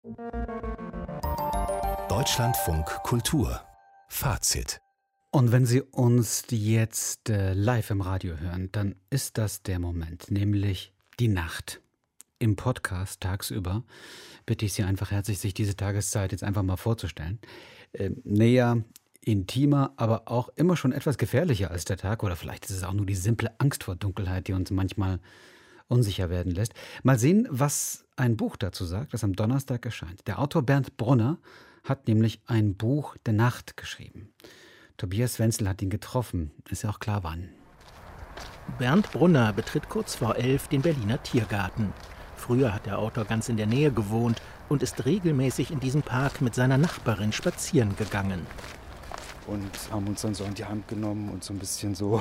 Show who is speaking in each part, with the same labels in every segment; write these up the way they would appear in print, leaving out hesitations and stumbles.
Speaker 1: Deutschlandfunk Kultur Fazit.
Speaker 2: Und wenn Sie uns jetzt live im Radio hören, dann ist das der Moment, nämlich die Nacht. Im Podcast tagsüber bitte ich Sie einfach herzlich, sich diese Tageszeit jetzt einfach mal vorzustellen. Näher, intimer, aber auch immer schon etwas gefährlicher als der Tag. Oder vielleicht ist es auch nur die simple Angst vor Dunkelheit, die uns manchmal unsicher werden lässt. Mal sehen, was ein Buch dazu sagt, das am Donnerstag erscheint. Der Autor Bernd Brunner hat nämlich ein Buch der Nacht geschrieben. Tobias Wenzel hat ihn getroffen. Ist ja auch klar, wann.
Speaker 3: Bernd Brunner betritt kurz vor 11 den Berliner Tiergarten. Früher hat der Autor ganz in der Nähe gewohnt und ist regelmäßig in diesem Park mit seiner Nachbarin spazieren gegangen.
Speaker 4: Und haben uns dann so in die Hand genommen und so ein bisschen so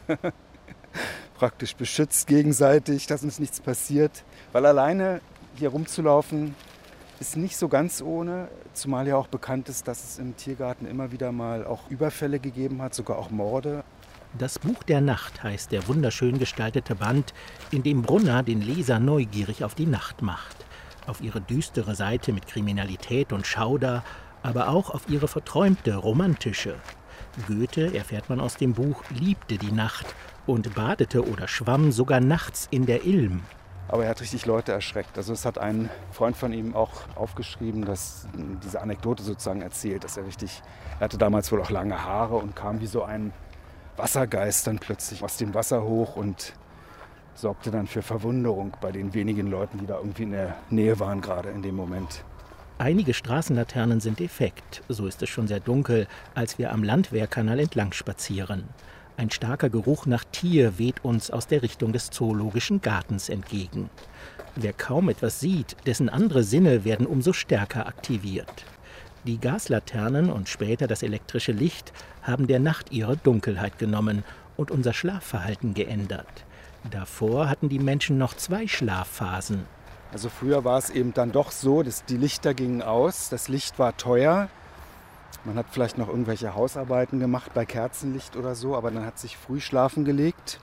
Speaker 4: praktisch beschützt gegenseitig, dass uns nichts passiert. Weil alleine hier rumzulaufen ist nicht so ganz ohne, zumal ja auch bekannt ist, dass es im Tiergarten immer wieder mal auch Überfälle gegeben hat, sogar auch Morde.
Speaker 3: Das Buch der Nacht heißt der wunderschön gestaltete Band, in dem Brunner den Leser neugierig auf die Nacht macht. Auf ihre düstere Seite mit Kriminalität und Schauder, aber auch auf ihre verträumte, romantische. Goethe, erfährt man aus dem Buch, liebte die Nacht und badete oder schwamm sogar nachts in der Ilm.
Speaker 4: Aber er hat richtig Leute erschreckt. Also es hat ein Freund von ihm auch aufgeschrieben, dass diese Anekdote sozusagen erzählt, dass er hatte damals wohl auch lange Haare und kam wie so ein Wassergeist dann plötzlich aus dem Wasser hoch und sorgte dann für Verwunderung bei den wenigen Leuten, die da irgendwie in der Nähe waren, gerade in dem Moment.
Speaker 3: Einige Straßenlaternen sind defekt, so ist es schon sehr dunkel, als wir am Landwehrkanal entlang spazieren. Ein starker Geruch nach Tier weht uns aus der Richtung des Zoologischen Gartens entgegen. Wer kaum etwas sieht, dessen andere Sinne werden umso stärker aktiviert. Die Gaslaternen und später das elektrische Licht haben der Nacht ihre Dunkelheit genommen und unser Schlafverhalten geändert. Davor hatten die Menschen noch 2 Schlafphasen.
Speaker 4: Also früher war es eben dann doch so, dass die Lichter gingen aus, das Licht war teuer. Man hat vielleicht noch irgendwelche Hausarbeiten gemacht bei Kerzenlicht oder so, aber dann hat sich früh schlafen gelegt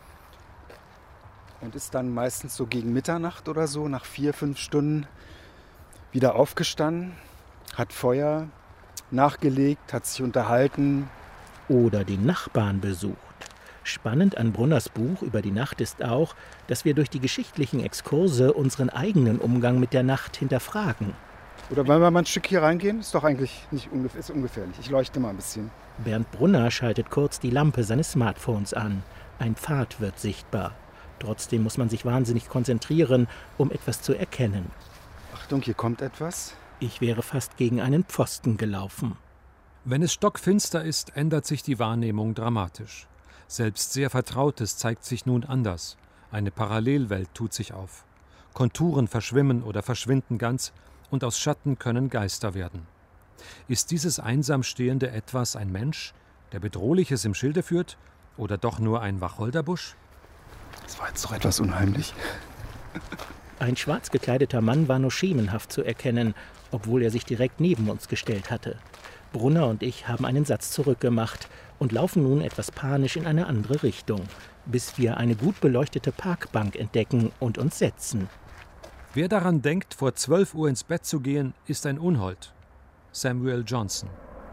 Speaker 4: und ist dann meistens so gegen Mitternacht oder so, nach 4-5 Stunden wieder aufgestanden, hat Feuer nachgelegt, hat sich unterhalten.
Speaker 3: Oder den Nachbarn besucht. Spannend an Brunners Buch über die Nacht ist auch, dass wir durch die geschichtlichen Exkurse unseren eigenen Umgang mit der Nacht hinterfragen.
Speaker 4: Oder wollen wir mal ein Stück hier reingehen? Ist doch eigentlich nicht ist ungefährlich. Ich leuchte mal ein bisschen.
Speaker 3: Bernd Brunner schaltet kurz die Lampe seines Smartphones an. Ein Pfad wird sichtbar. Trotzdem muss man sich wahnsinnig konzentrieren, um etwas zu erkennen.
Speaker 4: Achtung, hier kommt etwas.
Speaker 3: Ich wäre fast gegen einen Pfosten gelaufen.
Speaker 5: Wenn es stockfinster ist, ändert sich die Wahrnehmung dramatisch. Selbst sehr Vertrautes zeigt sich nun anders. Eine Parallelwelt tut sich auf. Konturen verschwimmen oder verschwinden ganz und aus Schatten können Geister werden. Ist dieses einsam stehende Etwas ein Mensch, der Bedrohliches im Schilde führt, oder doch nur ein Wacholderbusch?
Speaker 4: Das war jetzt doch etwas unheimlich.
Speaker 3: Ein schwarz gekleideter Mann war nur schemenhaft zu erkennen, obwohl er sich direkt neben uns gestellt hatte. Brunner und ich haben einen Satz zurückgemacht und laufen nun etwas panisch in eine andere Richtung, bis wir eine gut beleuchtete Parkbank entdecken und uns setzen.
Speaker 5: Wer daran denkt, vor 12 Uhr ins Bett zu gehen, ist ein Unhold. Samuel Johnson.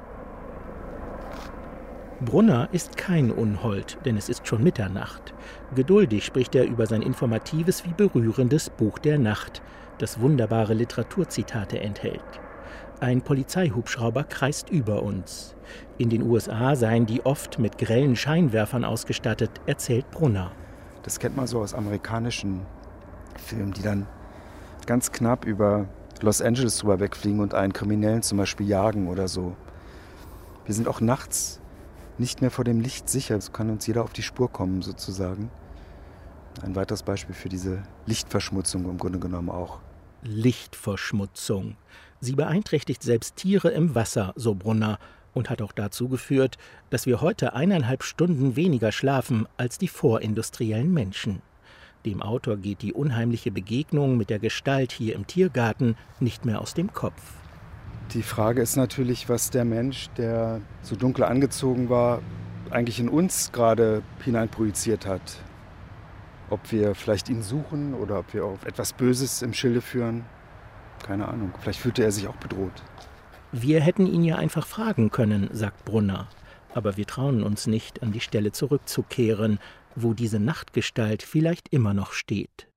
Speaker 3: Brunner ist kein Unhold, denn es ist schon Mitternacht. Geduldig spricht er über sein informatives wie berührendes Buch der Nacht, das wunderbare Literaturzitate enthält. Ein Polizeihubschrauber kreist über uns. In den USA seien die oft mit grellen Scheinwerfern ausgestattet, erzählt Brunner.
Speaker 4: Das kennt man so aus amerikanischen Filmen, die dann ganz knapp über Los Angeles drüber wegfliegen und einen Kriminellen zum Beispiel jagen oder so. Wir sind auch nachts nicht mehr vor dem Licht sicher. So kann uns jeder auf die Spur kommen sozusagen. Ein weiteres Beispiel für diese Lichtverschmutzung im Grunde genommen auch.
Speaker 3: Lichtverschmutzung. Sie beeinträchtigt selbst Tiere im Wasser, so Brunner, und hat auch dazu geführt, dass wir heute 1,5 Stunden weniger schlafen als die vorindustriellen Menschen. Dem Autor geht die unheimliche Begegnung mit der Gestalt hier im Tiergarten nicht mehr aus dem Kopf.
Speaker 4: Die Frage ist natürlich, was der Mensch, der so dunkel angezogen war, eigentlich in uns gerade hineinprojiziert hat. Ob wir vielleicht ihn suchen oder ob wir auf etwas Böses im Schilde führen. Keine Ahnung, vielleicht fühlte er sich auch bedroht.
Speaker 3: Wir hätten ihn ja einfach fragen können, sagt Brunner. Aber wir trauen uns nicht, an die Stelle zurückzukehren, wo diese Nachtgestalt vielleicht immer noch steht.